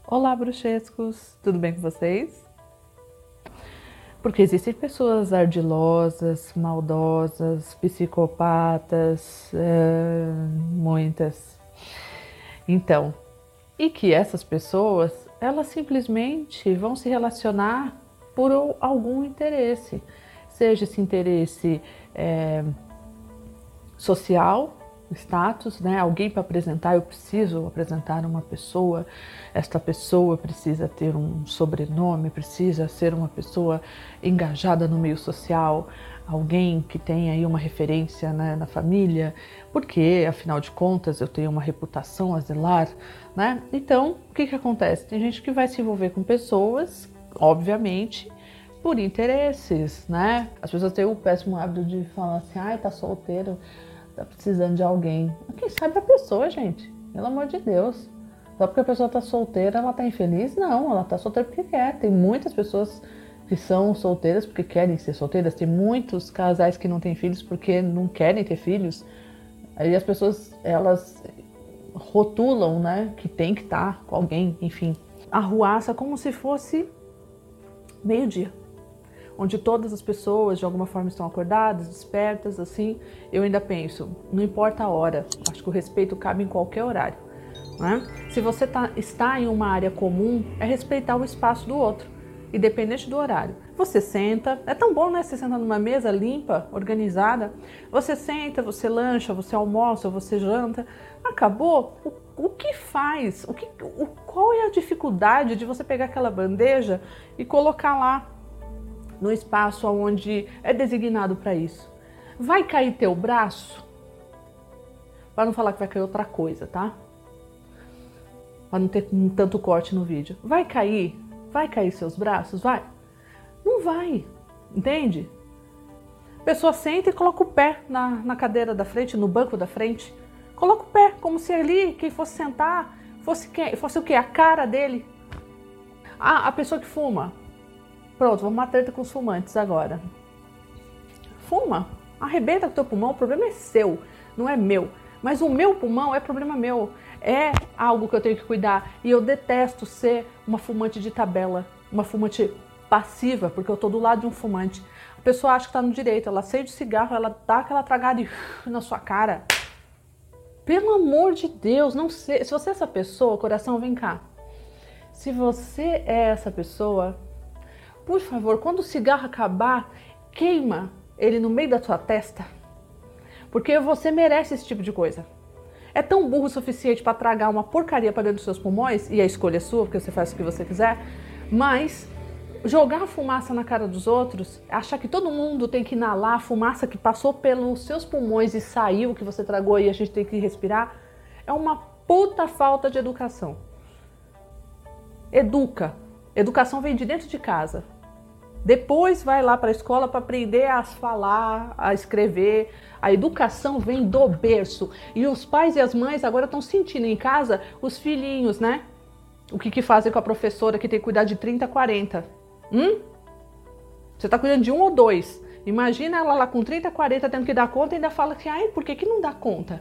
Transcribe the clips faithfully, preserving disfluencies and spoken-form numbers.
Olá, bruxescos! Tudo bem com vocês? Porque existem pessoas ardilosas, maldosas, psicopatas, é, muitas. Então, e que essas pessoas, elas simplesmente vão se relacionar por algum interesse. Seja esse interesse é, social, status, né? Alguém para apresentar, eu preciso apresentar uma pessoa, esta pessoa precisa ter um sobrenome, precisa ser uma pessoa engajada no meio social, alguém que tenha aí uma referência, né, na família, porque afinal de contas eu tenho uma reputação a zelar, né? Então, o que que acontece? Tem gente que vai se envolver com pessoas, obviamente, por interesses, né? As pessoas têm o péssimo hábito de falar assim, ai, tá solteiro, tá precisando de alguém. Quem sabe a pessoa, gente, pelo amor de Deus. Só porque a pessoa tá solteira, ela tá infeliz? Não, ela tá solteira porque quer. Tem muitas pessoas que são solteiras porque querem ser solteiras. Tem muitos casais que não têm filhos porque não querem ter filhos. Aí as pessoas, elas rotulam, né, que tem que estar com alguém, enfim. Arruaça como se fosse meio-dia, onde todas as pessoas de alguma forma estão acordadas, despertas, assim. Eu ainda penso, não importa a hora, acho que o respeito cabe em qualquer horário, né? Se você tá, está em uma área comum, é respeitar o espaço do outro, independente do horário. Você senta, é tão bom, né? Você senta numa mesa limpa, organizada, você senta, você lancha, você almoça, você janta, acabou. O, o que faz? O que, o, qual é a dificuldade de você pegar aquela bandeja e colocar lá no espaço onde é designado para isso? Vai cair teu braço? Para não falar que vai cair outra coisa, tá? Para não ter tanto corte no vídeo. Vai cair? Vai cair seus braços? Vai? Não vai, entende? A pessoa senta e coloca o pé na, na cadeira da frente, no banco da frente. Coloca o pé, como se ali quem fosse sentar fosse, quem, fosse o quê? A cara dele. Ah, a pessoa que fuma. Pronto, vamos uma treta com os fumantes agora. Fuma, arrebenta com o teu pulmão, o problema é seu, não é meu. Mas o meu pulmão é problema meu, é algo que eu tenho que cuidar. E eu detesto ser uma fumante de tabela, uma fumante passiva, porque eu tô do lado de um fumante. A pessoa acha que tá no direito, ela acende o cigarro, ela dá aquela tragada e na sua cara. Pelo amor de Deus, não sei. Se você é essa pessoa, coração, vem cá. Se você é essa pessoa, por favor, quando o cigarro acabar, queima ele no meio da sua testa. Porque você merece esse tipo de coisa. É tão burro o suficiente para tragar uma porcaria para dentro dos seus pulmões, e a escolha é sua, porque você faz o que você quiser, mas jogar a fumaça na cara dos outros, achar que todo mundo tem que inalar a fumaça que passou pelos seus pulmões e saiu, que você tragou e a gente tem que respirar, é uma puta falta de educação. Educa. Educação vem de dentro de casa. Depois vai lá para a escola para aprender a falar, a escrever. A educação vem do berço. E os pais e as mães agora estão sentindo em casa os filhinhos, né? O que que fazem com a professora que tem que cuidar de trinta, quarenta? Hum? Você está cuidando de um ou dois. Imagina ela lá com trinta, quarenta tendo que dar conta e ainda fala que, ai, por que que não dá conta?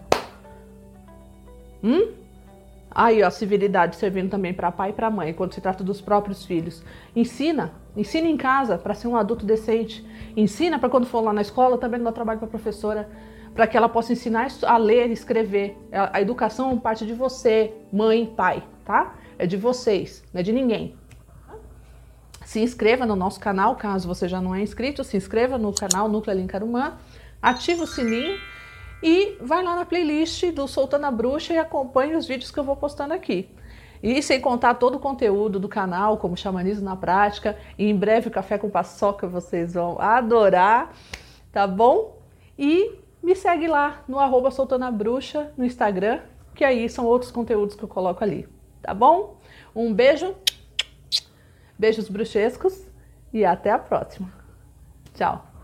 Hum? Aí, ó, a civilidade servindo também para pai e para mãe, quando se trata dos próprios filhos. Ensina, ensina em casa para ser um adulto decente. Ensina para quando for lá na escola também dar trabalho para a professora, para que ela possa ensinar a ler e escrever. A educação parte de você, mãe, pai, tá? É de vocês, não é de ninguém. Se inscreva no nosso canal, caso você já não é inscrito, se inscreva no canal Núcleo Aline Carumã, ativa o sininho e vai lá na playlist do Soltando a Bruxa e acompanhe os vídeos que eu vou postando aqui. E sem contar todo o conteúdo do canal, como Xamanismo na Prática, e em breve o Café com Paçoca vocês vão adorar, tá bom? E me segue lá no arroba Soltando a Bruxa no Instagram, que aí são outros conteúdos que eu coloco ali, tá bom? Um beijo, beijos bruxescos e até a próxima. Tchau!